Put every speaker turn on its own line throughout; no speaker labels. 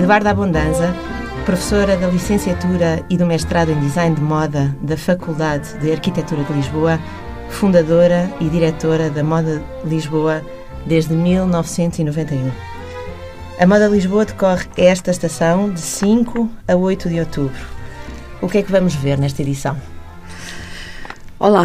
Eduarda Abondanza, professora da licenciatura e do mestrado em Design de Moda da Faculdade de Arquitetura de Lisboa, fundadora e diretora da Moda Lisboa desde 1991. A Moda Lisboa decorre esta estação de 5 a 8 de outubro. O que é que vamos ver nesta edição?
Olá!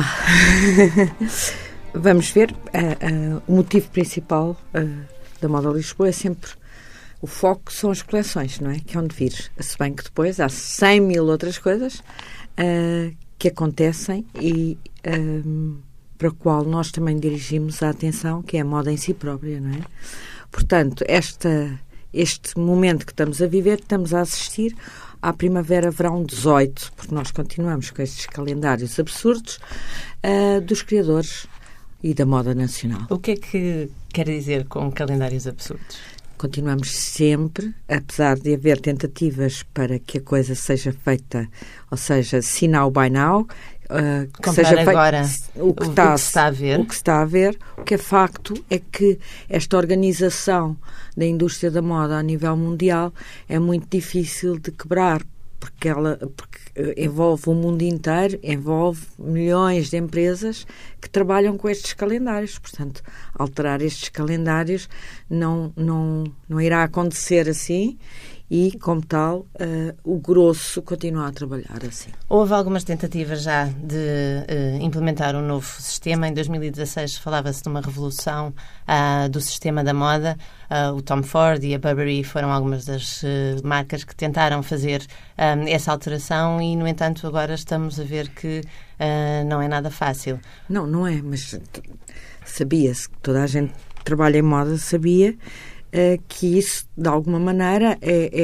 Vamos ver, o motivo principal da Moda Lisboa é sempre o foco, são as coleções, não é? Que é onde vir. Se bem que depois há 100 mil outras coisas que acontecem e para o qual nós também dirigimos a atenção, que é a moda em si própria, não é? Portanto, este momento que estamos a viver, estamos a assistir à Primavera-Verão 18, porque nós continuamos com estes calendários absurdos dos criadores e da moda nacional.
O que é que quer dizer com calendários absurdos?
Continuamos sempre, apesar de haver tentativas para que a coisa seja feita, ou seja, see now, buy now, que seja
agora
o que está a ver. O que é facto é que esta organização da indústria da moda a nível mundial é muito difícil de quebrar, porque envolve o mundo inteiro, envolve milhões de empresas que trabalham com estes calendários. Portanto, alterar estes calendários não irá acontecer assim e, como tal, o grosso continua a trabalhar assim.
Houve algumas tentativas já de implementar um novo sistema. Em 2016 falava-se de uma revolução do sistema da moda. O Tom Ford e a Burberry foram algumas das marcas que tentaram fazer essa alteração e, no entanto, agora estamos a ver que não é nada fácil.
Não é, mas sabia-se que toda a gente que trabalha em moda sabia que isso, de alguma maneira,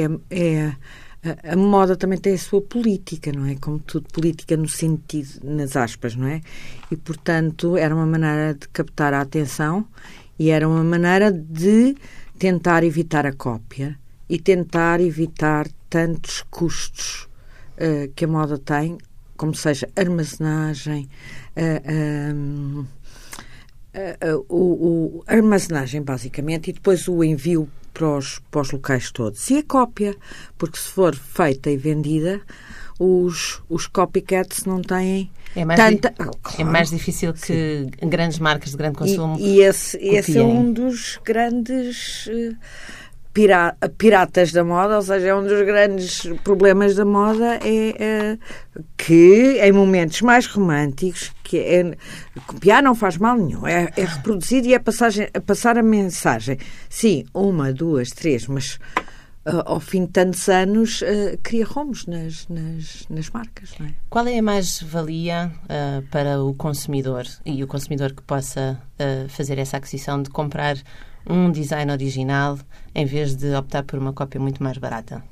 a moda também tem a sua política, não é? Como tudo, política no sentido, nas aspas, não é? E, portanto, era uma maneira de captar a atenção e era uma maneira de tentar evitar a cópia e tentar evitar tantos custos que a moda tem, como seja armazenagem, armazenagem, basicamente, e depois o envio para os locais todos. E a cópia, porque se for feita e vendida, os copycats não têm tanta...
Claro. É mais difícil que grandes marcas de grande consumo
E esse é um dos grandes... piratas da moda, ou seja, é um dos grandes problemas da moda que em momentos mais românticos copiar não faz mal nenhum, é reproduzir e é passar a mensagem. Sim, 1, 2, 3, mas ao fim de tantos anos cria romos nas marcas, não é?
Qual é a mais-valia para o consumidor e o consumidor que possa fazer essa aquisição de comprar um design original em vez de optar por uma cópia muito mais barata?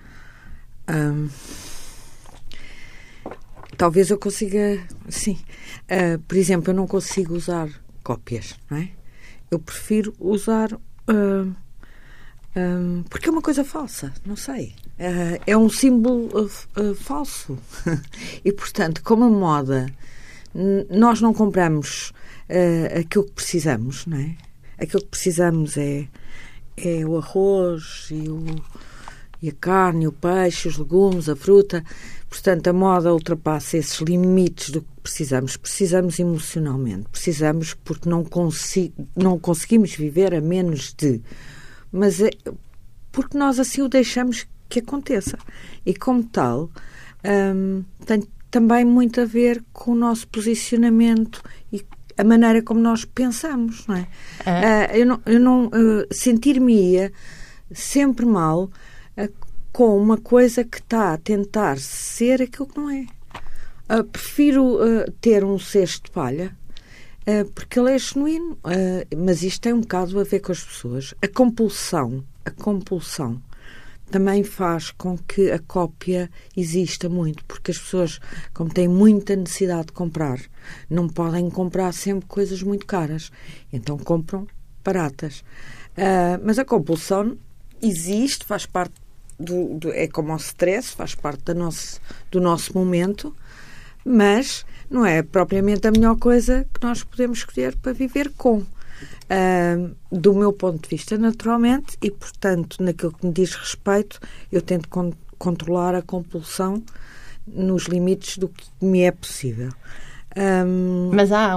Talvez eu consiga, sim. Por exemplo, eu não consigo usar cópias, não é? Eu prefiro usar porque é uma coisa falsa, não sei. É um símbolo falso. E, portanto, como a moda, nós não compramos aquilo que precisamos, não é? Aquilo que precisamos é o arroz e a carne, o peixe, os legumes, a fruta. Portanto, a moda ultrapassa esses limites do que precisamos. Precisamos emocionalmente. Precisamos porque não conseguimos viver a menos de. Mas é porque nós assim o deixamos que aconteça. E, como tal, tem também muito a ver com o nosso posicionamento e a maneira como nós pensamos, não é? Eu não sentir-me-ia sempre mal com uma coisa que está a tentar ser aquilo que não é. Prefiro ter um cesto de palha porque ele é genuíno, mas isto tem um bocado a ver com as pessoas. A compulsão também faz com que a cópia exista muito, porque as pessoas, como têm muita necessidade de comprar, não podem comprar sempre coisas muito caras, então compram baratas. Mas a compulsão existe, faz parte é como o stress, faz parte do nosso momento, mas não é propriamente a melhor coisa que nós podemos escolher para viver com. do meu ponto de vista, naturalmente, e, portanto, naquilo que me diz respeito, eu tento controlar a compulsão nos limites do que me é possível.
Mas há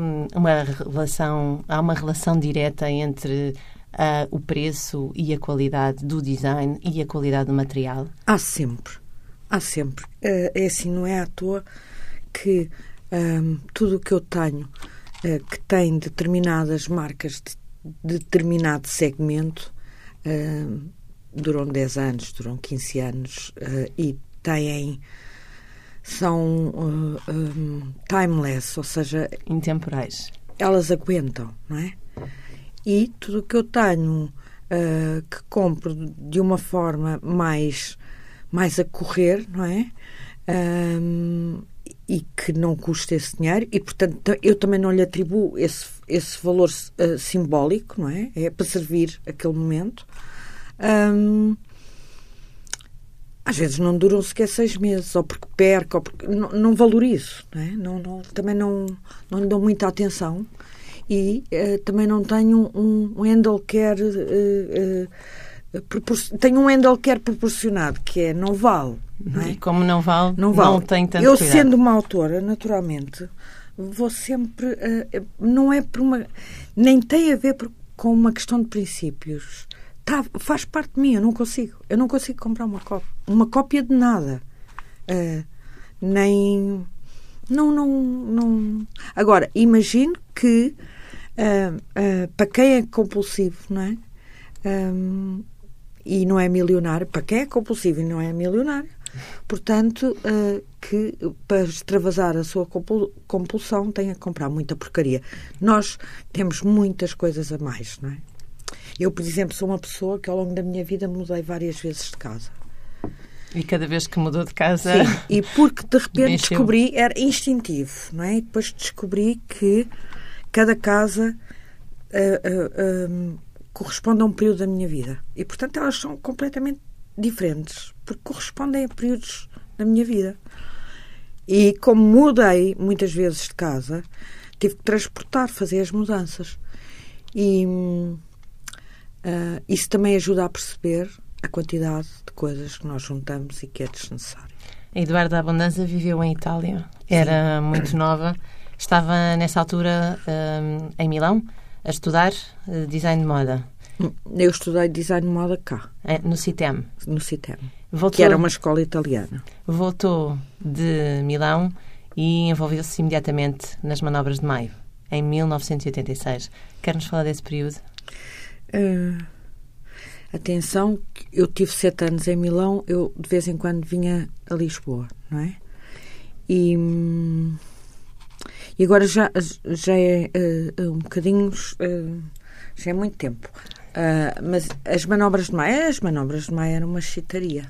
uma relação direta entre o preço e a qualidade do design e a qualidade do material?
Há sempre. É assim, não é à toa que tudo o que eu tenho que tem determinadas marcas de determinado segmento duram 10 anos, duram 15 anos e são timeless, ou seja,
intemporais.
Elas aguentam, não é? E tudo o que eu tenho que compro de uma forma mais a correr, não é? E que não custa esse dinheiro, e portanto eu também não lhe atribuo esse valor simbólico, não é? É para servir aquele momento. Às vezes não duram sequer 6 meses, ou porque perco, ou porque não valorizo, não é? Também não lhe dou muita atenção, e também não tenho um handle care tenho um handle care proporcionado, que é não vale. Não é?
E como não vale, não tem tanto
eu,
cuidado.
Sendo uma autora, naturalmente, vou sempre... não é por uma... Nem tem a ver com uma questão de princípios. Faz parte de mim, eu não consigo comprar uma cópia de nada. Nem... Não... Agora, imagino que para quem é compulsivo, não é? E não é milionário, para quem é compulsivo e não é milionário, portanto, que para extravasar a sua compulsão tenha que comprar muita porcaria. Nós temos muitas coisas a mais, não é? Eu, por exemplo, sou uma pessoa que ao longo da minha vida mudei várias vezes de casa.
E cada vez que mudou de casa...
Sim, e porque de repente descobri, era instintivo, não é? E depois descobri que cada casa corresponde a um período da minha vida. E, portanto, elas são completamente diferentes, porque correspondem a períodos da minha vida. E, como mudei muitas vezes de casa, tive que transportar, fazer as mudanças. E isso também ajuda a perceber a quantidade de coisas que nós juntamos e que é desnecessário.
A Eduarda Abondanza viveu em Itália. Era muito nova. Estava, nessa altura, em Milão, a estudar design de moda.
Eu estudei design de moda cá.
No CITEM.
No CITEM.
Voltou,
que era uma escola italiana.
Voltou de Milão e envolveu-se imediatamente nas manobras de Maio, em 1986. Quer-nos falar desse período?
Atenção, eu tive 7 anos em Milão, eu de vez em quando vinha a Lisboa, não é? E agora já é um bocadinho, já é muito tempo. Mas as manobras de Maio eram uma chitaria.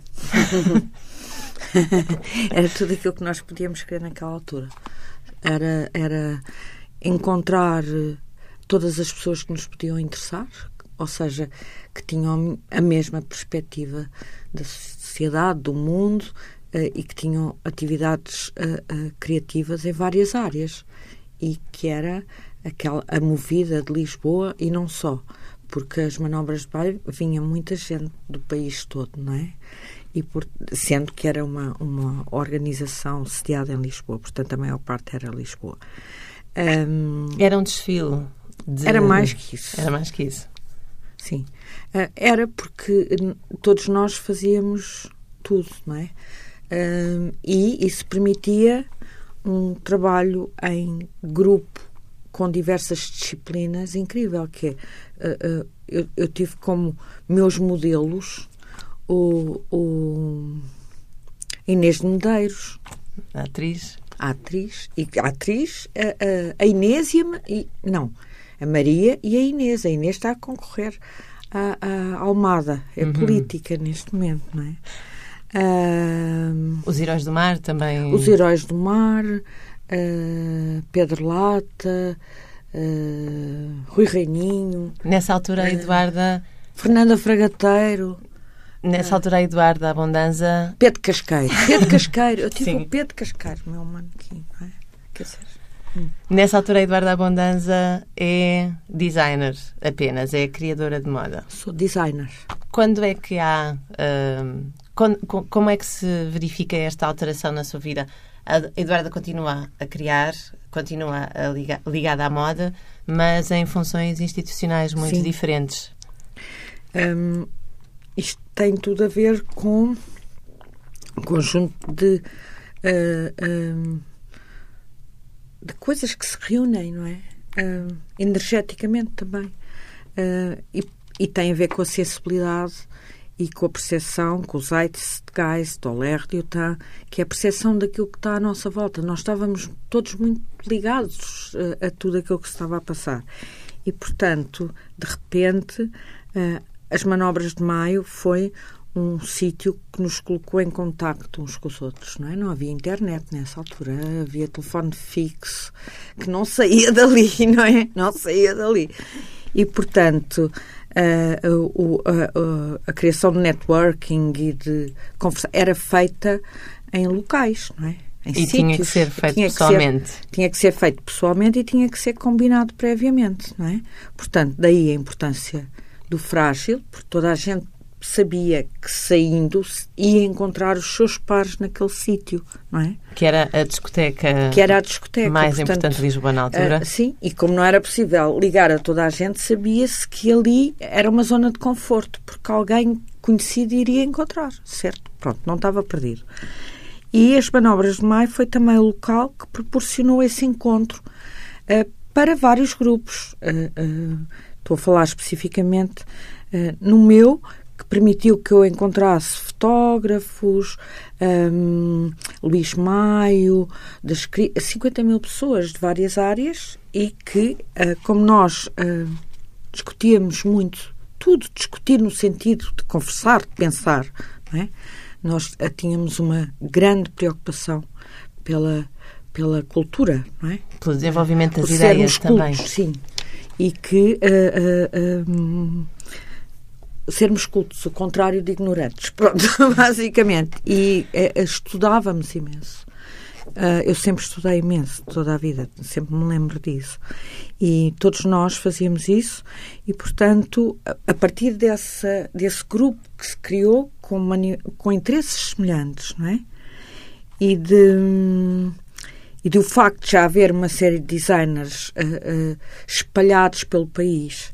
Era tudo aquilo que nós podíamos querer naquela altura. Era encontrar todas as pessoas que nos podiam interessar, ou seja, que tinham a mesma perspectiva da sociedade, do mundo, e que tinham atividades criativas em várias áreas, e que era a movida de Lisboa, e não só, porque as manobras de Maio vinha muita gente do país todo, não é? Sendo que era uma organização sediada em Lisboa, portanto a maior parte era Lisboa.
Era um desfile
Era mais que isso.
Era mais que isso.
Sim. Era porque todos nós fazíamos tudo, não é? E isso permitia um trabalho em grupo com diversas disciplinas incrível, que eu tive como meus modelos o Inês de Medeiros,
a atriz,
a Inês a Maria e a Inês. A Inês está a concorrer à Almada, é política neste momento, não é?
Os Heróis do Mar também.
Os Heróis do Mar, Pedro Lata, Rui Reininho.
Nessa altura, a Eduarda...
Fernanda Fragateiro.
Nessa altura, a Eduarda Abondanza...
Pedro Casqueiro. Eu tive o Pedro Casqueiro, meu manequim, não é? Quer dizer...
Nessa altura, a Eduarda Abondanza é designer apenas, é criadora de moda.
Sou designer.
Quando é que há... como é que se verifica esta alteração na sua vida? A Eduarda continua a criar, continua ligada à moda, mas em funções institucionais muito diferentes.
Isto tem tudo a ver com um conjunto de coisas que se reúnem, não é? Energeticamente também. E tem a ver com a sensibilidade e com a percepção, com o Zeitgeist, o Lerdiutan, que é a percepção daquilo que está à nossa volta. Nós estávamos todos muito ligados a tudo aquilo que se estava a passar. E, portanto, de repente, as Manobras de Maio foi um sítio que nos colocou em contacto uns com os outros, não é? Não havia internet nessa altura, havia telefone fixo, que não saía dali, não é? Não saía dali. E, portanto, a criação de networking e de conversa era feita em locais, não é? Em sítios.
Tinha que ser feito pessoalmente.
Tinha que ser feito pessoalmente e tinha que ser combinado previamente, não é? Portanto, daí a importância do frágil, porque toda a gente sabia que saindo ia encontrar os seus pares naquele sítio, não é?
Que era a discoteca, mais importante de Lisboa na altura.
Sim, e como não era possível ligar a toda a gente, sabia-se que ali era uma zona de conforto, porque alguém conhecido iria encontrar, certo? Pronto, não estava perdido. E as Manobras de Maio foi também o local que proporcionou esse encontro para vários grupos. Estou a falar especificamente no meu, que permitiu que eu encontrasse fotógrafos, Luís Maio, 50 mil pessoas de várias áreas e que, como nós discutíamos muito, tudo discutir no sentido de conversar, de pensar, não é? Nós tínhamos uma grande preocupação pela cultura, não é?
Pelo desenvolvimento das ideias também.
Sim, e que sermos cultos, o contrário de ignorantes, pronto, basicamente. E estudávamos imenso. Eu sempre estudei imenso, toda a vida, sempre me lembro disso. E todos nós fazíamos isso e, portanto, a partir desse grupo que se criou com interesses semelhantes, não é? E do facto de já haver uma série de designers espalhados pelo país,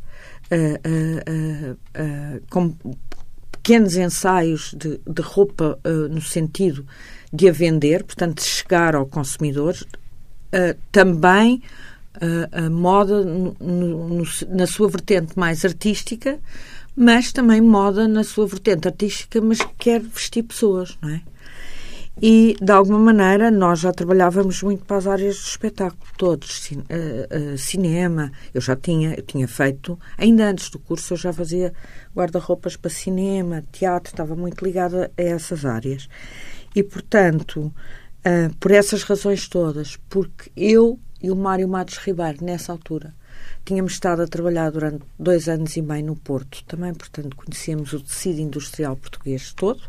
com pequenos ensaios de roupa no sentido de a vender, portanto, de chegar ao consumidor, também a moda na sua vertente mais artística, mas também moda na sua vertente artística, mas que quer vestir pessoas, não é? E, de alguma maneira, nós já trabalhávamos muito para as áreas do espetáculo, todos. Cinema, eu tinha feito, ainda antes do curso, eu já fazia guarda-roupas para cinema, teatro, estava muito ligada a essas áreas. E, portanto, por essas razões todas, porque eu e o Mário Matos Ribeiro, nessa altura, tínhamos estado a trabalhar durante 2 anos e meio no Porto, também, portanto, conhecíamos o tecido industrial português todo,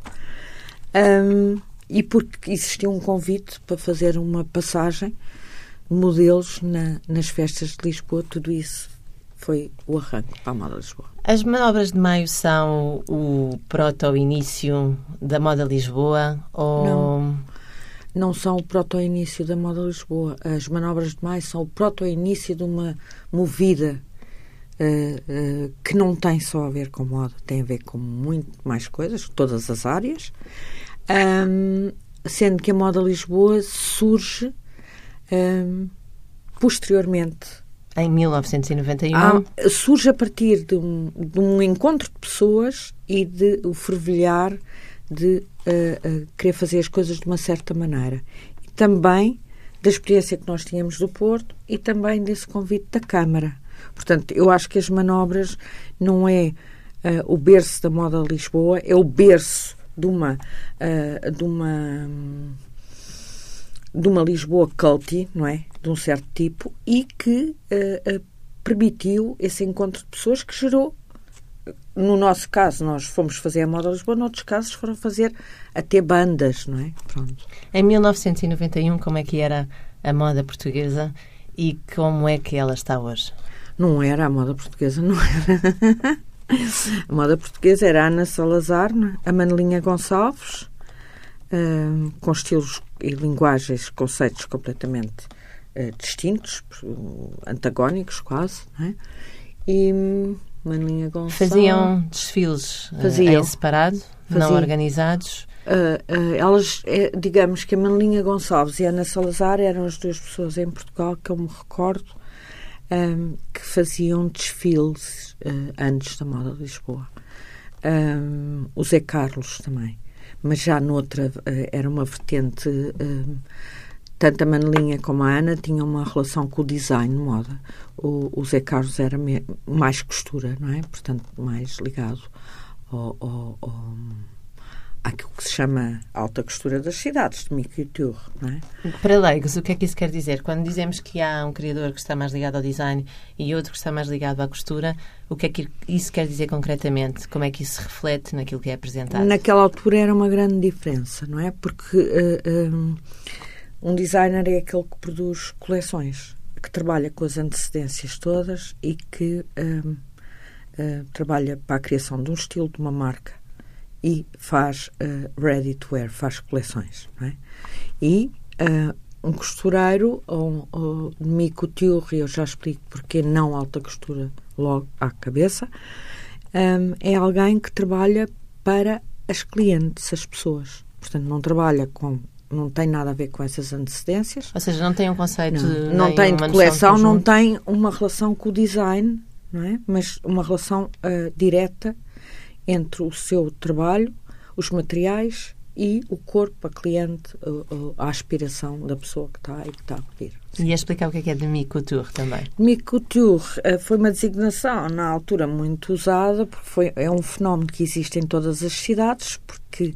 e porque existia um convite para fazer uma passagem de modelos nas festas de Lisboa, tudo isso foi o arranque para a moda de Lisboa.
As Manobras de Maio são o proto-início da moda Lisboa? Ou...
Não são o proto-início da moda Lisboa. As Manobras de Maio são o proto-início de uma movida que não tem só a ver com moda, tem a ver com muito mais coisas, todas as áreas. Sendo que a moda Lisboa surge posteriormente.
Em 1991?
Surge a partir de um encontro de pessoas e de o fervilhar de querer fazer as coisas de uma certa maneira. E também da experiência que nós tínhamos do Porto e também desse convite da Câmara. Portanto, eu acho que as Manobras não é o berço da moda Lisboa, é o berço de uma Lisboa culty, não é? De um certo tipo, e que permitiu esse encontro de pessoas que gerou, no nosso caso, nós fomos fazer a moda Lisboa, noutros casos foram fazer até bandas, não é? Pronto.
Em 1991, como é que era a moda portuguesa? E como é que ela está hoje?
Não era a moda portuguesa, não era. A moda portuguesa era a Ana Salazar, a Manelinha Gonçalves, com estilos e linguagens, conceitos completamente distintos, antagónicos quase, não é? E Manelinha Gonçalves...
Faziam desfiles em separado, não organizados?
Elas, digamos que a Manelinha Gonçalves e a Ana Salazar eram as duas pessoas em Portugal que eu me recordo que faziam desfiles antes da moda de Lisboa. O Zé Carlos também, mas já noutra era uma vertente. Tanto a Manelinha como a Ana tinham uma relação com o design de moda. O Zé Carlos era mais costura, não é? Portanto, mais ligado àquilo que se chama alta costura das cidades, de micro-couture, não é?
Para leigos, o que é que isso quer dizer? Quando dizemos que há um criador que está mais ligado ao design e outro que está mais ligado à costura, o que é que isso quer dizer concretamente? Como é que isso se reflete naquilo que é apresentado?
Naquela altura era uma grande diferença, não é? Porque um designer é aquele que produz coleções, que trabalha com as antecedências todas e que trabalha para a criação de um estilo, de uma marca. E faz ready to wear, faz coleções, não é? E um costureiro ou micro-couture, eu já explico porque não alta costura logo à cabeça, é alguém que trabalha para as clientes, as pessoas. Portanto, não tem nada a ver com essas antecedências.
Ou seja, não tem um conceito
não tem de coleção, não tem uma relação com o design, não é? Mas uma relação direta entre o seu trabalho, os materiais e o corpo, a cliente, a aspiração da pessoa que está aí, que está a pedir.
E a explicar o que é demi-couture também.
Demi-couture foi uma designação na altura muito usada, porque é um fenómeno que existe em todas as cidades, porque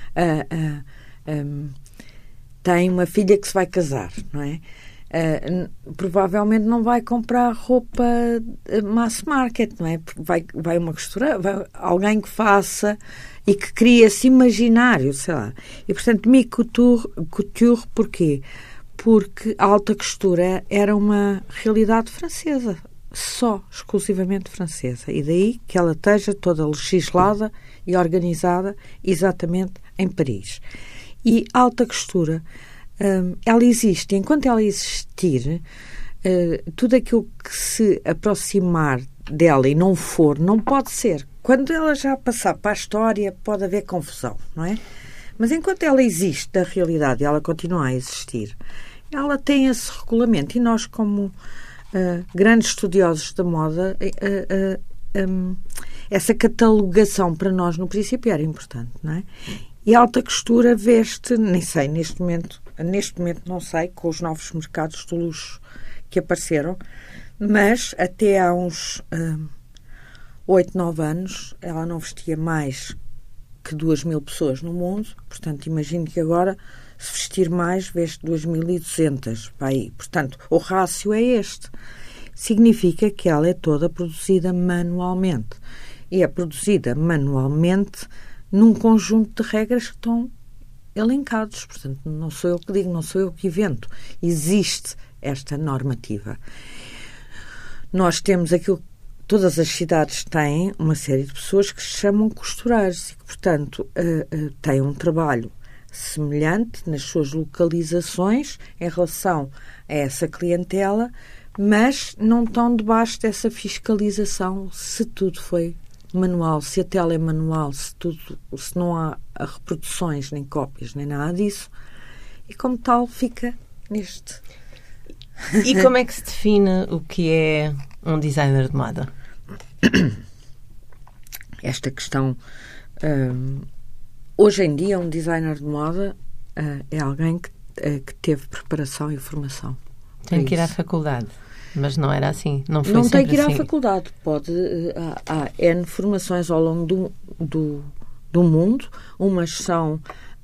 tem uma filha que se vai casar, não é? Provavelmente não vai comprar roupa mass market, não é? Vai uma costura, vai alguém que faça e que crie esse imaginário, sei lá. E, portanto, couture, porquê? Porque a alta costura era uma realidade francesa, exclusivamente francesa. E daí que ela esteja toda legislada e organizada exatamente em Paris. E a alta costura... ela existe. Enquanto ela existir, tudo aquilo que se aproximar dela e não for, não pode ser. Quando ela já passar para a história, pode haver confusão, não é? Mas enquanto ela existe da realidade e ela continua a existir, ela tem esse regulamento. E nós, como grandes estudiosos da moda, essa catalogação para nós, no princípio, era importante, não é? E a alta costura veste, nem sei, neste momento não sei, com os novos mercados de luxo que apareceram, mas até há uns 8, 9 anos ela não vestia mais que 2.000 pessoas no mundo, portanto imagino que agora se vestir mais veste 2.200 para aí, portanto o rácio é este. Significa que ela é toda produzida manualmente e é produzida manualmente num conjunto de regras que estão elencados. Portanto, não sou eu que digo, não sou eu que invento. Existe esta normativa. Nós temos aquilo que todas as cidades têm, uma série de pessoas que se chamam costureiros e que, portanto, têm um trabalho semelhante nas suas localizações em relação a essa clientela, mas não estão debaixo dessa fiscalização se tudo foi manual, se a tela é manual, se não há reproduções, nem cópias, nem nada disso. E como tal fica neste.
E como é que se define o que é um designer de moda?
Esta questão... hoje em dia, um designer de moda é alguém que teve preparação e formação.
Tem que ir à faculdade. Mas não era assim, não foi
sempre assim. Não tem que ir
assim.
à faculdade, há N formações ao longo do mundo, umas são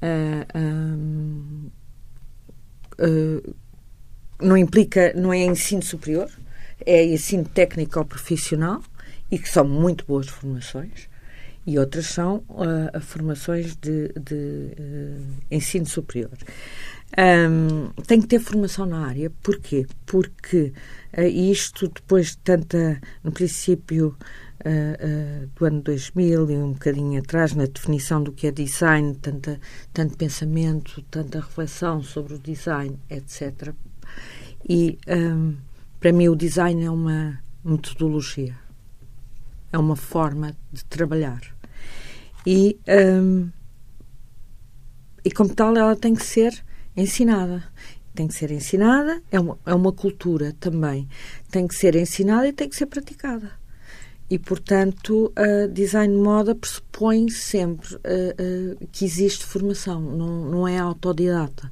não é ensino superior, é ensino técnico ou profissional, e que são muito boas formações, e outras são formações de ensino superior. Tem que ter formação na área. Porquê? Porque isto depois de tanta, no princípio do ano 2000 e um bocadinho atrás, na definição do que é design, tanto pensamento, tanta reflexão sobre o design, etc. E para mim o design é uma metodologia, é uma forma de trabalhar e como tal ela tem que ser ensinada. É uma cultura também. Tem que ser ensinada e tem que ser praticada. E, portanto, design de moda pressupõe sempre que existe formação, não é autodidata.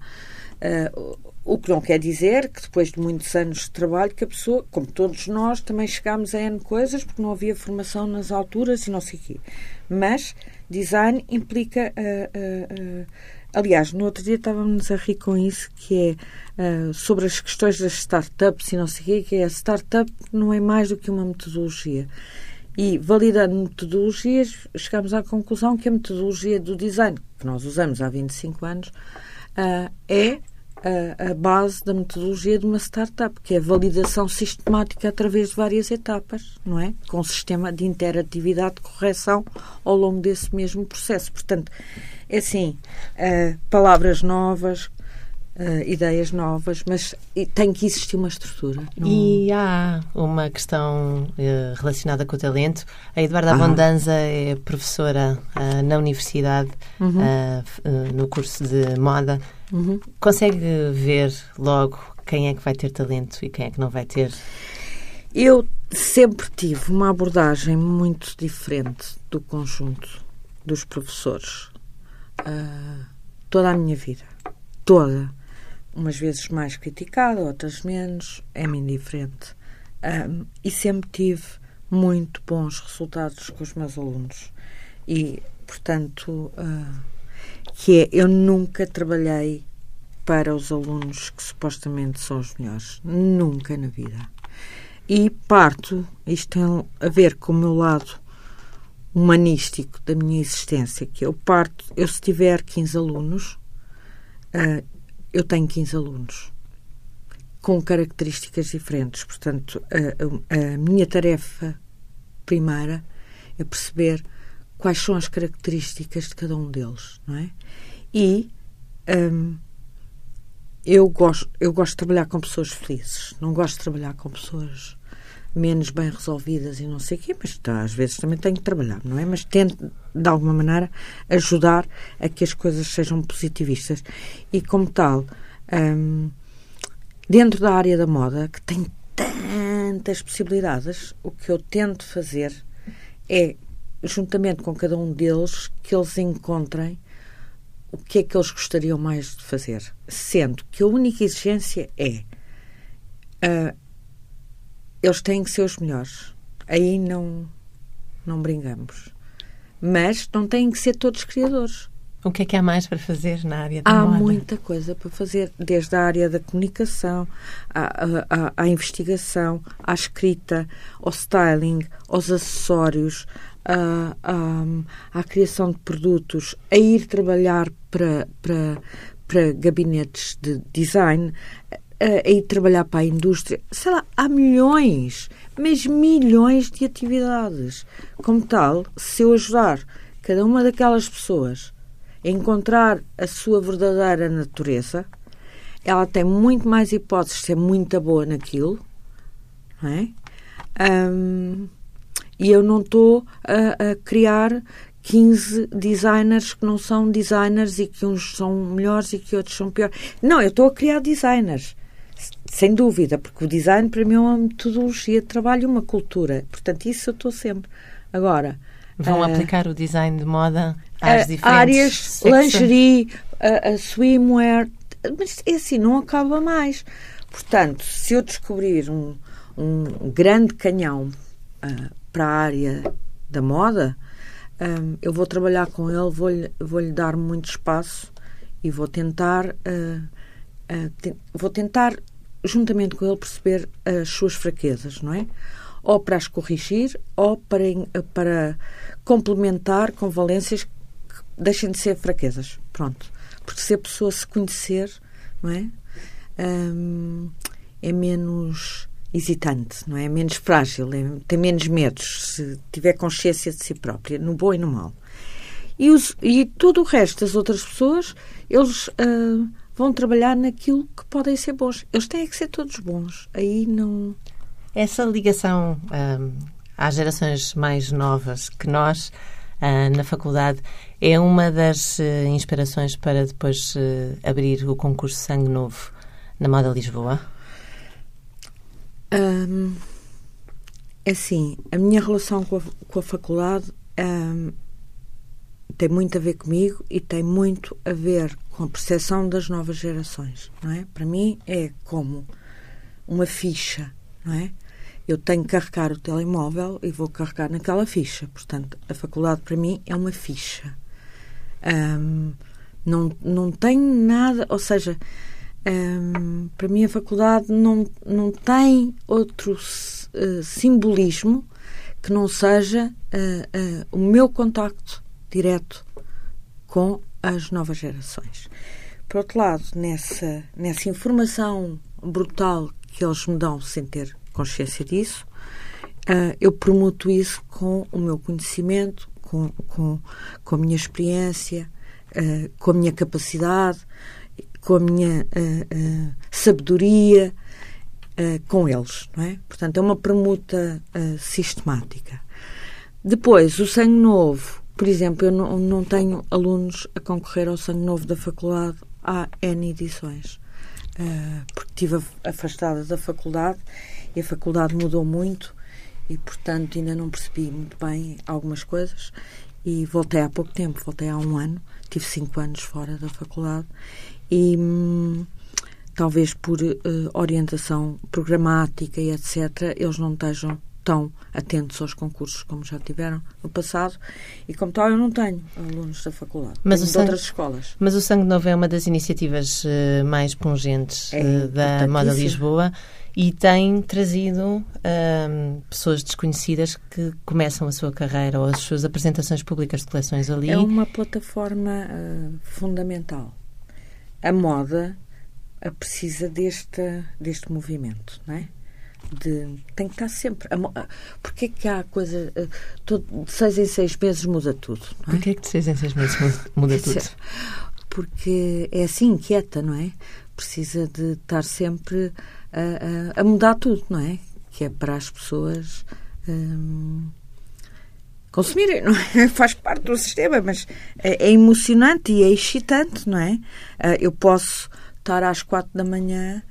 O que não quer dizer que depois de muitos anos de trabalho que a pessoa, como todos nós, também chegámos a N coisas porque não havia formação nas alturas e não sei o quê. Mas design implica... aliás, no outro dia estávamos a rir com isso, que é sobre as questões das startups e não sei o quê, que é a startup não é mais do que uma metodologia. E, validando metodologias, chegámos à conclusão que a metodologia do design, que nós usamos há 25 anos, é a base da metodologia de uma startup, que é a validação sistemática através de várias etapas, não é? Com um sistema de interatividade de correção ao longo desse mesmo processo. Portanto, é assim, palavras novas, ideias novas, mas tem que existir uma estrutura. Não...
E há uma questão relacionada com o talento. A Eduarda Abondanza é professora na universidade, no curso de moda. Consegue ver logo quem é que vai ter talento e quem é que não vai ter?
Eu sempre tive uma abordagem muito diferente do conjunto dos professores. Toda a minha vida. Toda. Umas vezes mais criticada, outras menos. É-me indiferente. E sempre tive muito bons resultados com os meus alunos. E, portanto... eu nunca trabalhei para os alunos que supostamente são os melhores. Nunca na vida. E isto tem a ver com o meu lado humanístico da minha existência, que eu se tiver 15 alunos, eu tenho 15 alunos com características diferentes. Portanto, a minha tarefa primeira é perceber quais são as características de cada um deles, não é? E eu gosto de trabalhar com pessoas felizes, não gosto de trabalhar com pessoas menos bem resolvidas e não sei o quê, mas às vezes também tenho que trabalhar, não é? Mas tento, de alguma maneira, ajudar a que as coisas sejam positivistas. E, como tal, dentro da área da moda, que tem tantas possibilidades, o que eu tento fazer é, juntamente com cada um deles, que eles encontrem o que é que eles gostariam mais de fazer. Sendo que a única exigência é eles têm que ser os melhores. Aí não brincamos. Mas não têm que ser todos criadores.
O que é que há mais para fazer na área da moda?
Há muita coisa para fazer, desde a área da comunicação, à investigação, à escrita, ao styling, aos acessórios, à criação de produtos, a ir trabalhar para gabinetes de design, a ir trabalhar para a indústria. Sei lá, há milhões, mas milhões de atividades. Como tal, se eu ajudar cada uma daquelas pessoas a encontrar a sua verdadeira natureza, ela tem muito mais hipóteses de ser muito boa naquilo, não é? E eu não estou a criar 15 designers que não são designers e que uns são melhores e que outros são piores. Não, eu estou a criar designers, sem dúvida, porque o design para mim é uma metodologia de trabalho e uma cultura. Portanto, isso eu estou sempre. Agora...
Vão aplicar o design de moda às diferentes
áreas, lingerie, a swimwear, mas é assim, não acaba mais. Portanto, se eu descobrir um grande canhão para a área da moda, eu vou trabalhar com ele, vou-lhe dar muito espaço e vou tentar juntamente com ele perceber as suas fraquezas, não é? ou para as corrigir, ou para complementar com valências que deixem de ser fraquezas. Pronto. Porque se a pessoa se conhecer, não é? É menos hesitante, não é? É menos frágil, tem menos medos, se tiver consciência de si própria, no bom e no mau. E todo o resto das outras pessoas, eles vão trabalhar naquilo que podem ser bons. Eles têm que ser todos bons. Aí não...
Essa ligação às gerações mais novas que nós, na faculdade, é uma das inspirações para depois abrir o concurso Sangue Novo na Moda Lisboa?
É assim, a minha relação com a faculdade tem muito a ver comigo e tem muito a ver com a percepção das novas gerações, não é? Para mim é como uma ficha, não é? Eu tenho que carregar o telemóvel e vou carregar naquela ficha. Portanto, a faculdade para mim é uma ficha. Não tem nada, ou seja, para mim a faculdade não tem outro simbolismo que não seja o meu contacto direto com as novas gerações. Por outro lado, nessa informação brutal que eles me dão sem ter consciência disso, eu promoto isso com o meu conhecimento, com a minha experiência, com a minha capacidade, com a minha sabedoria, com eles, não é? Portanto, é uma permuta sistemática. Depois, o Sangue Novo, por exemplo, eu não tenho alunos a concorrer ao Sangue Novo da faculdade há N edições, porque estive afastada da faculdade e a faculdade mudou muito e, portanto, ainda não percebi muito bem algumas coisas e voltei há pouco tempo, voltei há 1 ano, tive 5 anos fora da faculdade e talvez por orientação programática e etc, eles não estejam tão atentos aos concursos como já tiveram no passado e, como tal, eu não tenho alunos da faculdade, de outras escolas.
Mas o Sangue Novo é uma das iniciativas mais pungentes da Moda Lisboa e tem trazido pessoas desconhecidas que começam a sua carreira ou as suas apresentações públicas de coleções ali.
É uma plataforma fundamental. A moda precisa deste movimento, não é? Tem que estar sempre. Porque é que há coisa. De 6 em 6 meses muda tudo. Não é?
Porquê é que de 6 em 6 meses muda tudo?
Porque é assim, inquieta, não é? Precisa de estar sempre a mudar tudo, não é? Que é para as pessoas consumirem, não é? Faz parte do sistema, mas é emocionante e é excitante, não é? Eu posso estar às 4 da manhã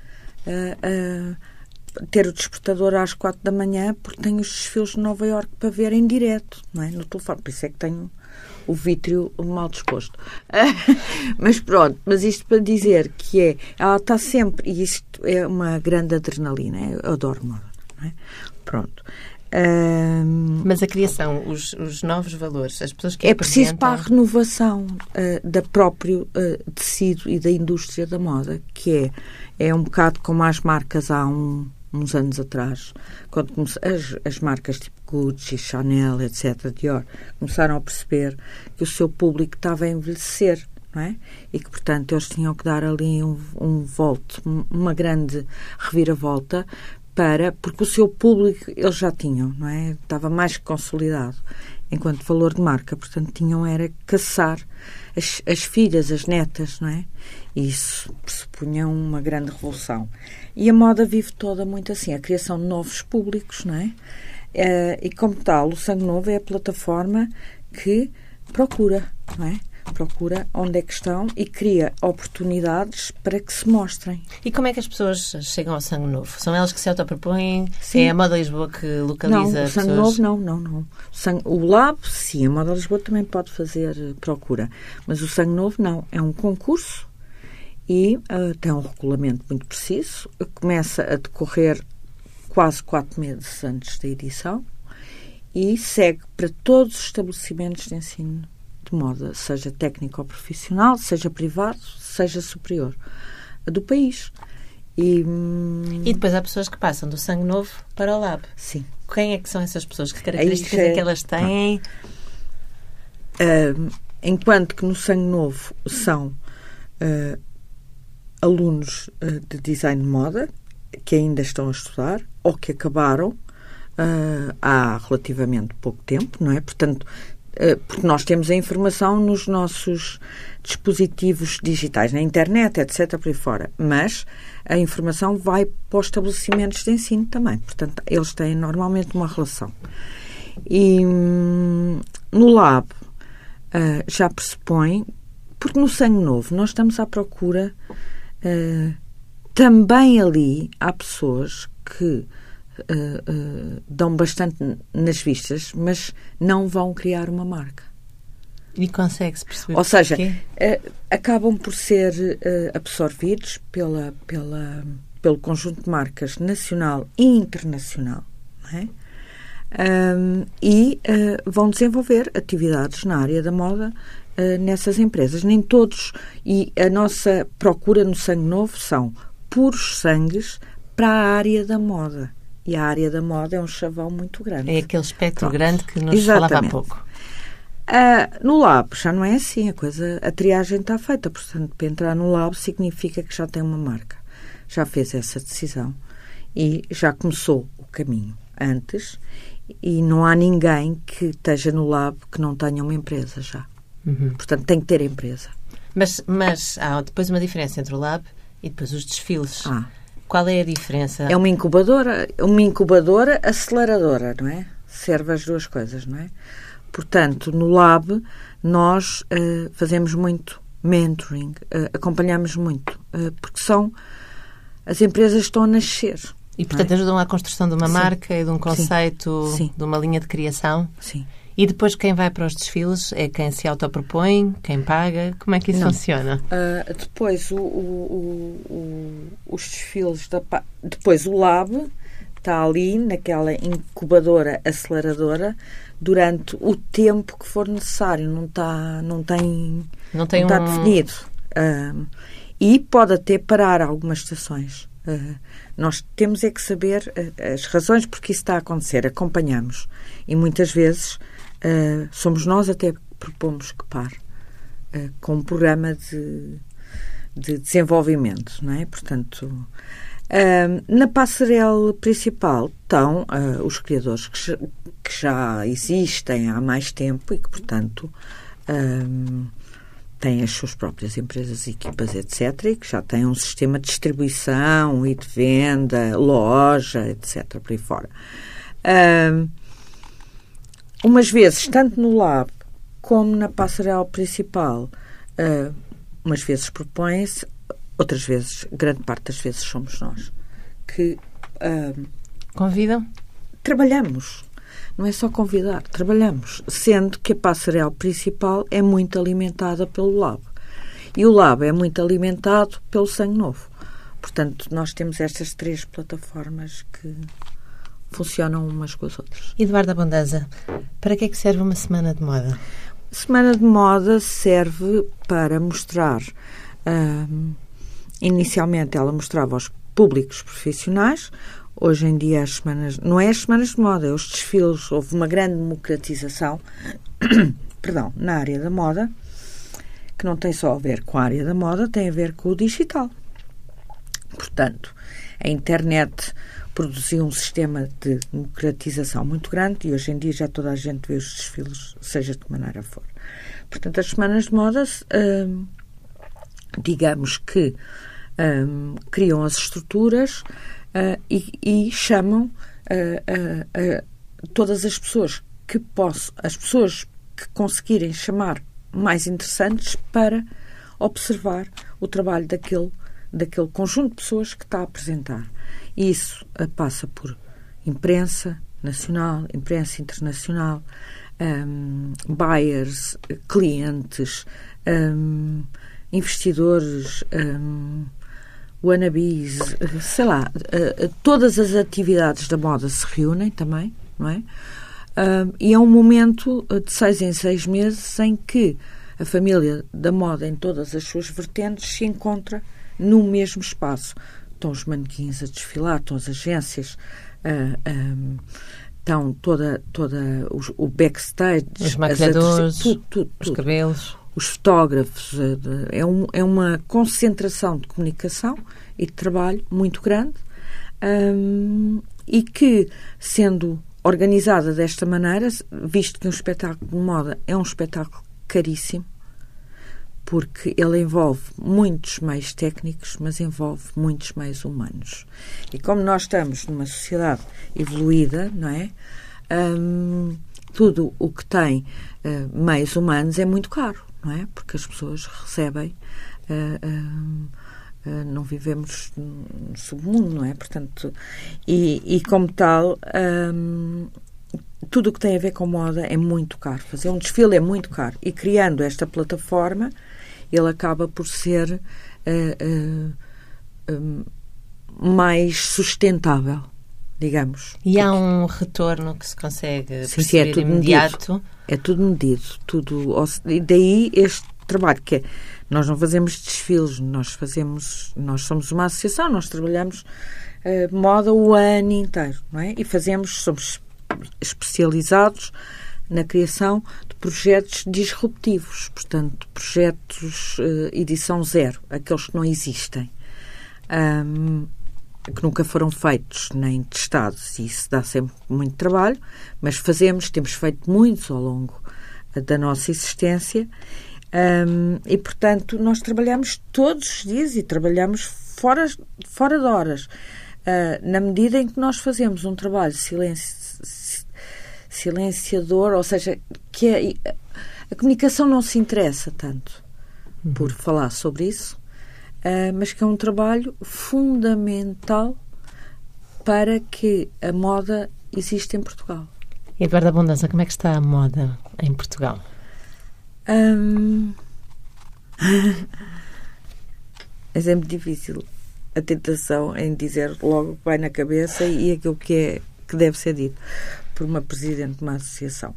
ter o despertador às 4 da manhã porque tenho os desfiles de Nova Iorque para ver em direto, não é? No telefone. Por isso é que tenho o vítreo mal disposto. Mas pronto, mas isto para dizer que ela está sempre, e isto é uma grande adrenalina, eu adoro moda, não é? Pronto.
Mas a criação, os novos valores, as pessoas que
é preciso para a renovação da próprio tecido e da indústria da moda, que é um bocado como as marcas há uns anos atrás, quando as marcas tipo Gucci, Chanel, etc., Dior, começaram a perceber que o seu público estava a envelhecer, não é? E que, portanto, eles tinham que dar ali uma grande reviravolta porque o seu público eles já tinham, não é? Estava mais que consolidado enquanto valor de marca, portanto tinham era caçar as filhas, as netas, não é? E isso pressupunha uma grande revolução. E a moda vive toda muito assim, a criação de novos públicos, não é? E como tal, o Sangue Novo é a plataforma que procura, não é? Procura onde é que estão e cria oportunidades para que se mostrem.
E como é que as pessoas chegam ao Sangue Novo? São elas que se autopropõem?
Sim.
É a Moda Lisboa que localiza
as pessoas? Não, o Sangue Novo não. O Lab, sim, a Moda Lisboa também pode fazer procura. Mas o Sangue Novo não. É um concurso e tem um regulamento muito preciso. Começa a decorrer quase 4 meses antes da edição e segue para todos os estabelecimentos de ensino de moda, seja técnico ou profissional, seja privado, seja superior, do país. E
depois há pessoas que passam do Sangue Novo para o Lab.
Sim.
Quem é que são essas pessoas? Que características é que elas têm?
Enquanto que no Sangue Novo são alunos de design de moda que ainda estão a estudar ou que acabaram há relativamente pouco tempo, não é? Portanto, porque nós temos a informação nos nossos dispositivos digitais, na internet, etc., por aí fora. Mas a informação vai para os estabelecimentos de ensino também. Portanto, eles têm normalmente uma relação. E no Lab já pressupõe, porque no Sangue Novo nós estamos à procura, também ali há pessoas que dão bastante nas vistas, mas não vão criar uma marca.
E consegue-se perceber?
Ou seja, acabam por ser absorvidos pelo conjunto de marcas nacional e internacional, não é? E vão desenvolver atividades na área da moda nessas empresas. Nem todos, e a nossa procura no Sangue Novo são puros sangues para a área da moda. E a área da moda é um chavão muito grande.
É aquele espectro grande que nos falava há pouco.
No Lab já não é assim, a triagem está feita. Portanto, para entrar no Lab significa que já tem uma marca. Já fez essa decisão e já começou o caminho antes, e não há ninguém que esteja no Lab que não tenha uma empresa já. Portanto, tem que ter empresa.
Mas há depois uma diferença entre o Lab e depois os desfiles. Qual é a diferença?
É uma incubadora aceleradora, não é? Serve as duas coisas, não é? Portanto, no Lab nós fazemos muito mentoring, acompanhamos muito, porque as empresas estão a nascer.
E, portanto, ajudam à construção de uma marca e de um conceito, de uma linha de criação?
Sim.
E depois quem vai para os desfiles é quem se autopropõe, quem paga? Como é que isso funciona?
Depois os desfiles, depois o Lab está ali naquela incubadora aceleradora durante o tempo que for necessário, não está definido. E pode até parar algumas estações. Nós temos é que saber as razões porque isso está a acontecer, acompanhamos. E muitas vezes somos nós até que propomos que pare com um programa de desenvolvimento, não é? Portanto, na passarela principal estão os criadores que já existem há mais tempo e que, portanto, têm as suas próprias empresas, equipas, etc., e que já têm um sistema de distribuição e de venda, loja, etc., por aí fora. Umas vezes, tanto no Lab como na passarela principal, umas vezes propõem-se, outras vezes, grande parte das vezes, somos nós que
convidam?
Trabalhamos. Não é só convidar, trabalhamos. Sendo que a passarela principal é muito alimentada pelo Lab. E o Lab é muito alimentado pelo Sangue Novo. Portanto, nós temos estas três plataformas que funcionam umas com as outras.
Eduarda Bondanza, para que é que serve uma semana de moda?
A semana de moda serve para mostrar... inicialmente ela mostrava aos públicos profissionais. Hoje em dia as semanas... Não é as semanas de moda, é os desfiles. Houve uma grande democratização na área da moda, que não tem só a ver com a área da moda, tem a ver com o digital. Portanto, a internet produziu um sistema de democratização muito grande e hoje em dia já toda a gente vê os desfiles, seja de que maneira for. Portanto, as semanas de moda, digamos que criam as estruturas e chamam todas as pessoas que conseguirem chamar mais interessantes para observar o trabalho daquele conjunto de pessoas que está a apresentar. E isso passa por imprensa nacional, imprensa internacional, buyers, clientes, investidores, wannabes, sei lá, todas as atividades da moda se reúnem também, não é? E é um momento de 6 em 6 meses em que a família da moda em todas as suas vertentes se encontra no mesmo espaço. Estão os manequins a desfilar, estão as agências, estão o backstage,
os maquilhadores, tudo. Os cabelos,
os fotógrafos. É uma concentração de comunicação e de trabalho muito grande, e que, sendo organizada desta maneira, visto que um espetáculo de moda é um espetáculo caríssimo, porque ele envolve muitos meios técnicos, mas envolve muitos meios humanos. E como nós estamos numa sociedade evoluída, não é? Tudo o que tem meios humanos é muito caro, não é? Porque as pessoas recebem... não vivemos no submundo, não é? Portanto, e como tal, tudo o que tem a ver com moda é muito caro. Fazer um desfile é muito caro. E criando esta plataforma, ele acaba por ser mais sustentável, digamos.
E há um retorno que se consegue perceber
é tudo
imediato?
Medido. É tudo medido. E daí este trabalho, que é, nós não fazemos desfiles, nós somos uma associação, nós trabalhamos moda o ano inteiro, não é? E somos especializados na criação de projetos disruptivos, portanto, projetos edição zero, aqueles que não existem, que nunca foram feitos nem testados, e isso dá sempre muito trabalho, mas temos feito muitos ao longo da nossa existência, e, portanto, nós trabalhamos todos os dias e trabalhamos fora de horas, na medida em que nós fazemos um trabalho silenciador, ou seja, que a comunicação não se interessa tanto por falar sobre isso, mas que é um trabalho fundamental para que a moda exista em Portugal.
Eduardo Abundança, como é que está a moda em Portugal?
É sempre difícil a tentação em dizer logo o que vai na cabeça e aquilo que deve ser dito por uma presidente de uma associação,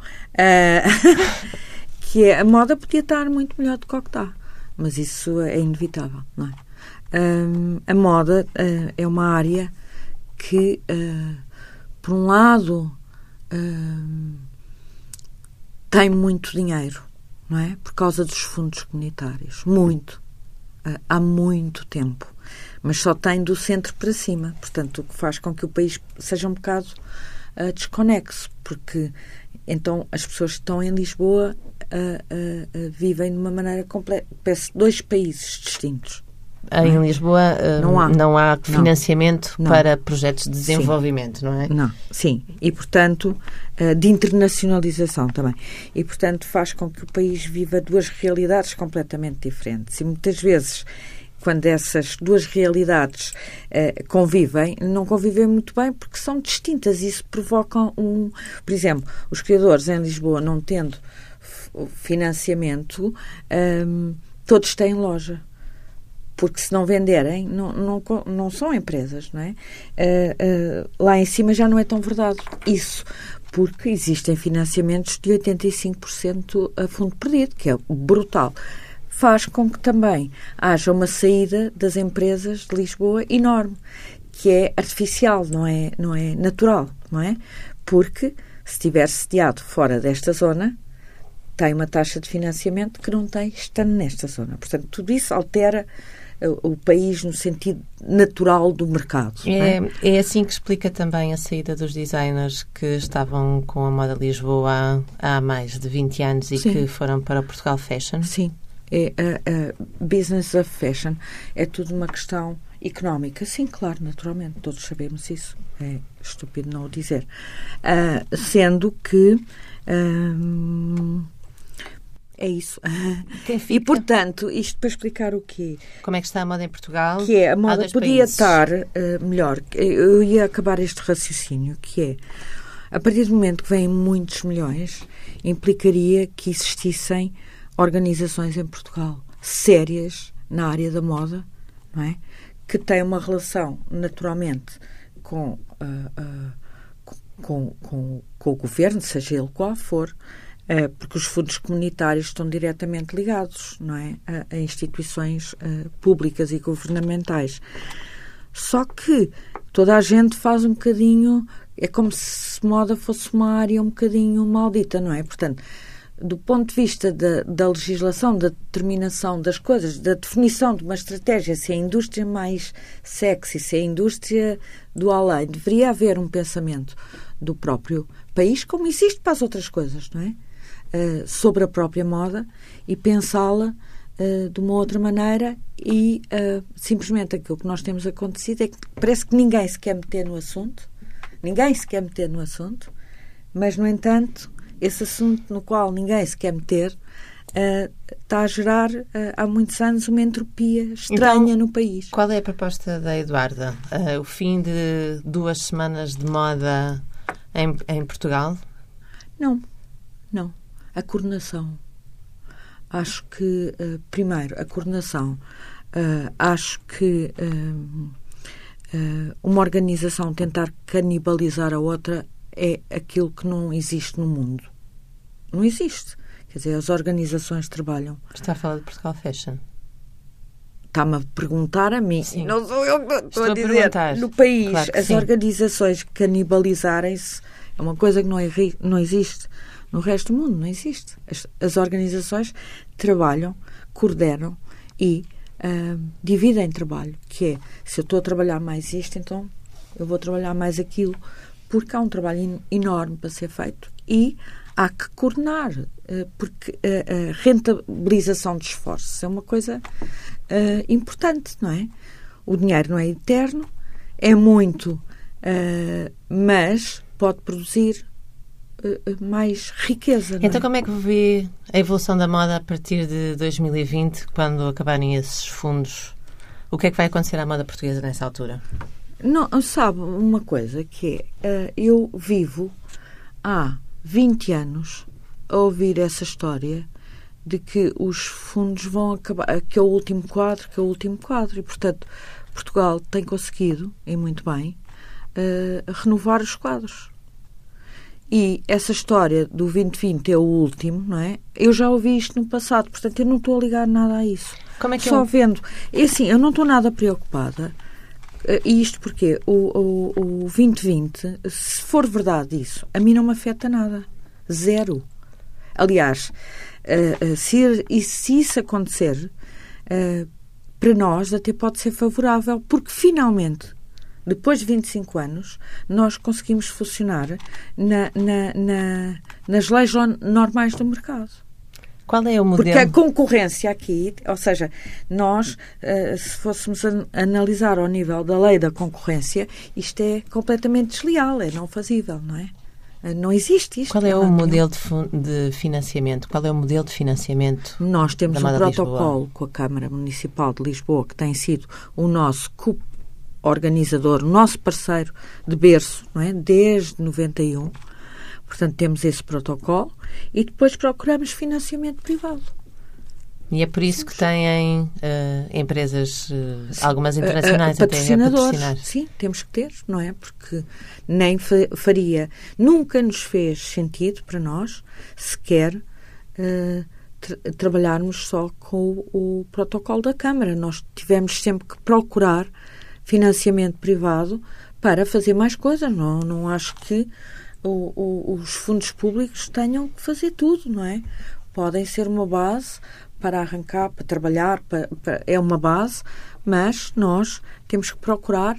que é, a moda podia estar muito melhor do que o que está, mas isso é inevitável, não é? A moda é uma área que, por um lado, tem muito dinheiro, não é? Por causa dos fundos comunitários, há muito tempo, mas só tem do centro para cima, portanto, o que faz com que o país seja um bocado desconexo, porque então as pessoas que estão em Lisboa vivem de uma maneira completa, parece dois países distintos.
Em Lisboa não há financiamento para projetos de desenvolvimento,
sim.
Não é?
Não, sim. E, portanto, de internacionalização também. E, portanto, faz com que o país viva duas realidades completamente diferentes. E, muitas vezes, quando essas duas realidades convivem, não convivem muito bem porque são distintas. E isso provoca Por exemplo, os criadores em Lisboa, não tendo financiamento, todos têm loja. Porque se não venderem, não são empresas, não é? Lá em cima já não é tão verdade isso, porque existem financiamentos de 85% a fundo perdido, que é brutal. Faz com que também haja uma saída das empresas de Lisboa enorme, que é artificial, não é natural, não é? Porque se estiver sediado fora desta zona, tem uma taxa de financiamento que não tem estando nesta zona. Portanto, tudo isso altera o país no sentido natural do mercado.
É assim que explica também a saída dos designers que estavam com a Moda Lisboa há mais de 20 anos e Sim. que foram para o Portugal Fashion?
Sim. Business of Fashion é tudo uma questão económica. Sim, claro, naturalmente, todos sabemos isso. É estúpido não o dizer. Sendo que é isso. E, portanto, isto para explicar o quê?
Como é que está a moda em Portugal?
Que é, a moda podia estar melhor. Eu ia acabar este raciocínio, que é, a partir do momento que vêm muitos milhões, implicaria que existissem organizações em Portugal sérias na área da moda, não é? Que têm uma relação, naturalmente, com o governo, seja ele qual for, porque os fundos comunitários estão diretamente ligados, não é, a instituições públicas e governamentais. Só que toda a gente faz um bocadinho... É como se moda fosse uma área um bocadinho maldita, não é? Portanto, do ponto de vista da legislação, da determinação das coisas, da definição de uma estratégia, se é a indústria mais sexy, se é a indústria do além, deveria haver um pensamento do próprio país, como existe para as outras coisas, não é? Sobre a própria moda e pensá-la de uma outra maneira e simplesmente aquilo que nós temos acontecido é que parece que ninguém se quer meter no assunto, mas, no entanto, esse assunto no qual ninguém se quer meter está a gerar há muitos anos uma entropia estranha no país.
Qual é a proposta da Eduarda? O fim de 2 semanas de moda em Portugal?
Não. A coordenação. Acho que, primeiro, a coordenação. Acho que uma organização tentar canibalizar a outra é aquilo que não existe no mundo. Não existe. Quer dizer, as organizações trabalham.
Está a falar de Portugal Fashion?
Está-me a perguntar a mim.
Sim.
Não sou eu que estou a dizer.
Perguntar.
No país,
claro
as organizações canibalizarem-se é uma coisa que não existe. No resto do mundo não existe. As organizações trabalham, coordenam e dividem trabalho, que é, se eu estou a trabalhar mais isto, então eu vou trabalhar mais aquilo, porque há um trabalho enorme para ser feito e há que coordenar, porque a rentabilização de esforços é uma coisa importante, não é? O dinheiro não é eterno, é muito, mas pode produzir mais riqueza. Não é?
Então, como é que vê a evolução da moda a partir de 2020, quando acabarem esses fundos? O que é que vai acontecer à moda portuguesa nessa altura?
Não, sabe uma coisa que é, eu vivo há 20 anos a ouvir essa história de que os fundos vão acabar, que é o último quadro, e, portanto, Portugal tem conseguido, e muito bem, renovar os quadros. E essa história do 2020 é o último, não é? Eu já ouvi isto no passado, portanto, eu não estou a ligar nada a isso.
Como é que
Só vendo. É assim, eu não estou nada preocupada. E isto porque o 2020, se for verdade isso, a mim não me afeta nada. Zero. Aliás, se isso acontecer, para nós até pode ser favorável, porque finalmente, depois de 25 anos, nós conseguimos funcionar nas leis normais do mercado.
Qual é o modelo?
Porque a concorrência aqui, ou seja, nós, se fôssemos analisar ao nível da lei da concorrência, isto é completamente desleal, é não fazível, não é? Não existe isto.
Qual é o modelo de financiamento? Qual é o modelo de financiamento?
Nós temos um protocolo com a Câmara Municipal de Lisboa, que tem sido o nosso organizador, o nosso parceiro de berço, não é? Desde 91. Portanto, temos esse protocolo e depois procuramos financiamento privado.
E é por isso que têm empresas, algumas internacionais até a patrocinar.
Sim, temos que ter, não é? Porque nem nunca nos fez sentido para nós sequer trabalharmos só com o protocolo da Câmara. Nós tivemos sempre que procurar financiamento privado para fazer mais coisas. Não acho que os fundos públicos tenham que fazer tudo, não é? Podem ser uma base para arrancar, para trabalhar, é uma base, mas nós temos que procurar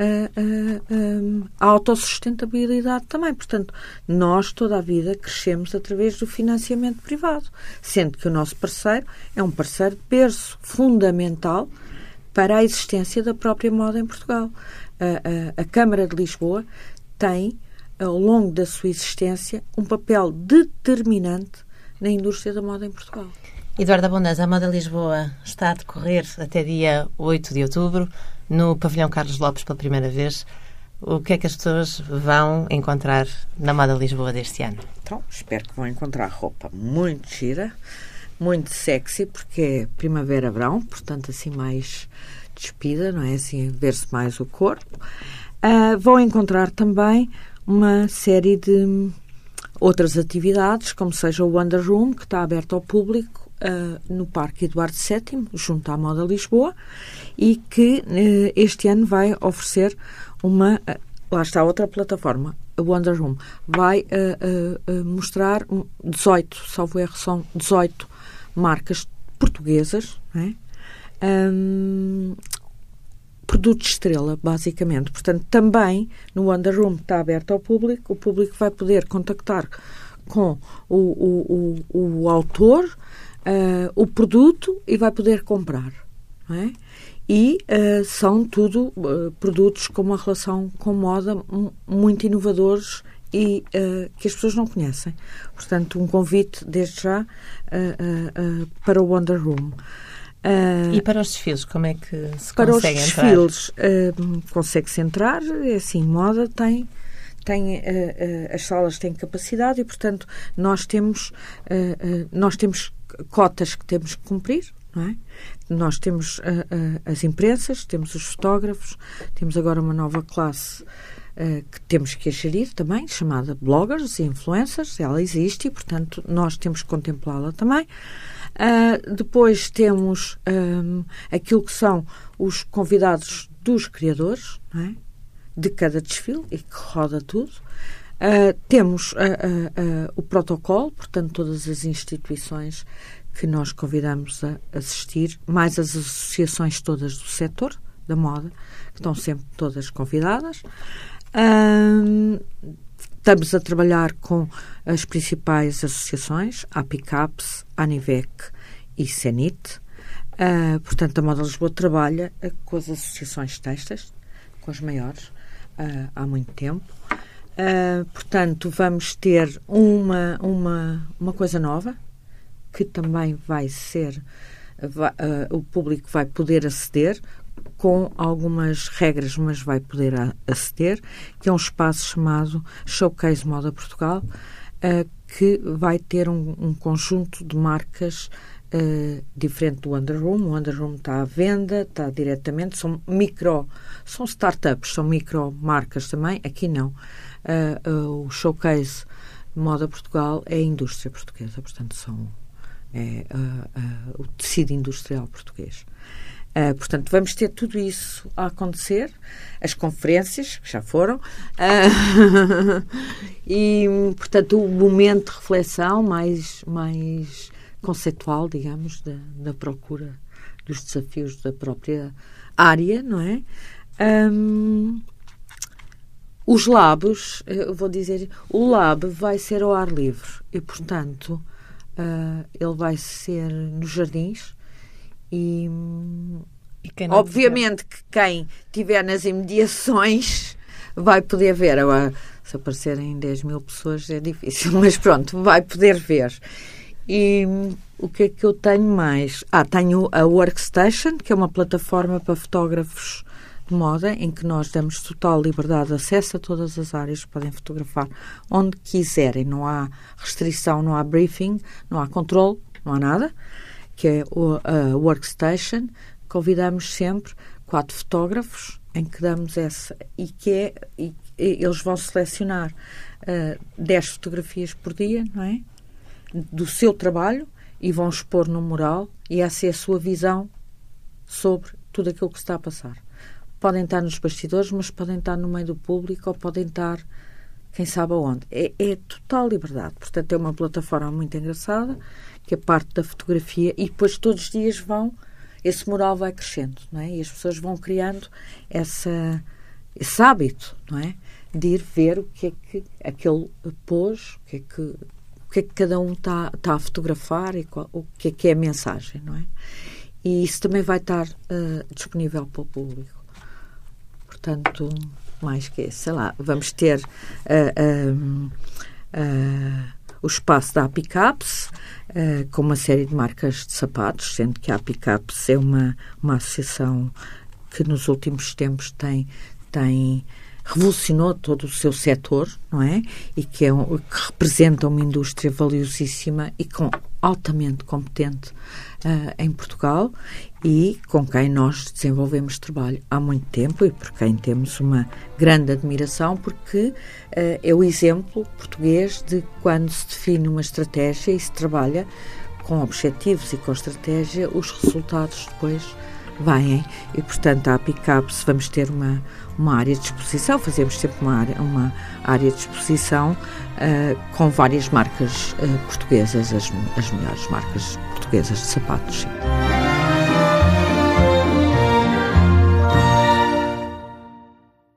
a autossustentabilidade também. Portanto, nós toda a vida crescemos através do financiamento privado, sendo que o nosso parceiro é um parceiro de berço fundamental para a existência da própria moda em Portugal. A Câmara de Lisboa tem, ao longo da sua existência, um papel determinante na indústria da moda em Portugal.
Eduarda Abundâs, a Moda Lisboa está a decorrer até dia 8 de outubro, no Pavilhão Carlos Lopes pela primeira vez. O que é que as pessoas vão encontrar na Moda Lisboa deste ano?
Então, espero que vão encontrar roupa muito gira, muito sexy, porque é primavera-verão, portanto assim mais despida, não é? Assim, ver-se mais o corpo. Vão encontrar também uma série de outras atividades, como seja o Wonder Room, que está aberto ao público no Parque Eduardo VII, junto à Moda Lisboa, e que este ano vai oferecer lá está outra plataforma, a Wonder Room. Vai mostrar 18, salvo erro, são 18 marcas portuguesas, não é? Produtos estrela, basicamente. Portanto, também no Wonder Room está aberto ao público, o público vai poder contactar com o autor, o produto, e vai poder comprar, não é? E são tudo produtos com uma relação com moda muito inovadores e que as pessoas não conhecem. Portanto, um convite desde já para o Wonder Room.
E para os desfiles, como é que se
para
consegue
os
entrar?
desfiles, consegue-se entrar, é assim, moda tem as salas têm capacidade e, portanto, nós temos cotas que temos que cumprir, não é? Nós temos as imprensas, temos os fotógrafos, temos agora uma nova classe que temos que gerir também, chamada bloggers e influencers. Ela existe e, portanto, nós temos que contemplá-la também. Depois temos aquilo que são os convidados dos criadores, não é? De cada desfile, e que roda tudo. Temos o protocolo, portanto, todas as instituições que nós convidamos a assistir, mais as associações todas do setor da moda, que estão sempre todas convidadas. Estamos a trabalhar com as principais associações, a APICAPS, a ANIVEC e CENIT. Portanto, a Moda Lisboa trabalha com as associações textas, com as maiores, há muito tempo. Portanto, vamos ter uma coisa nova, que também vai ser, o público vai poder aceder, com algumas regras, mas vai poder aceder, que é um espaço chamado Showcase Moda Portugal, que vai ter um conjunto de marcas diferente do Wonder Room. O Wonder Room está à venda, está diretamente, são startups, são micro marcas também. Aqui não. O Showcase Moda Portugal é a indústria portuguesa, portanto o tecido industrial português. Portanto, vamos ter tudo isso a acontecer, as conferências, que já foram, e, portanto, o momento de reflexão mais conceitual, digamos, da procura dos desafios da própria área, não é? Os labs, eu vou dizer, o lab vai ser ao ar livre e, portanto, ele vai ser nos jardins e obviamente que quem estiver nas imediações vai poder ver. Agora, se aparecerem 10 mil pessoas é difícil, mas pronto, vai poder ver. E o que é que eu tenho mais? Tenho a Workstation, que é uma plataforma para fotógrafos de moda, em que nós damos total liberdade de acesso a todas as áreas, podem fotografar onde quiserem, não há restrição, não há briefing, não há controle, não há nada, que é a Workstation. Convidamos sempre 4 fotógrafos, em que damos essa, e eles vão selecionar 10 fotografias por dia, não é? Do seu trabalho, e vão expor no mural, e essa é a sua visão sobre tudo aquilo que se está a passar. Podem estar nos bastidores, mas podem estar no meio do público, ou podem estar quem sabe aonde. É total liberdade. Portanto, é uma plataforma muito engraçada, que é parte da fotografia, e depois todos os dias esse mural vai crescendo, não é? E as pessoas vão criando esse hábito, não é? De ir ver o que é que aquele pôs, o que é que cada um está a fotografar e o que é a mensagem, não é? E isso também vai estar disponível para o público. Portanto, mais que sei lá, vamos ter o espaço da APICAPS, com uma série de marcas de sapatos, sendo que a APICAPS é uma associação que nos últimos tempos revolucionou todo o seu setor, não é? E que representa uma indústria valiosíssima e altamente competente em Portugal e com quem nós desenvolvemos trabalho há muito tempo e por quem temos uma grande admiração, porque é o exemplo português de quando se define uma estratégia e se trabalha com objetivos e com estratégia, os resultados depois vêm. E, portanto, à Picapes vamos ter uma área de exposição, fazemos sempre uma área de exposição com várias marcas portuguesas, as melhores marcas portuguesas de sapatos. Sim.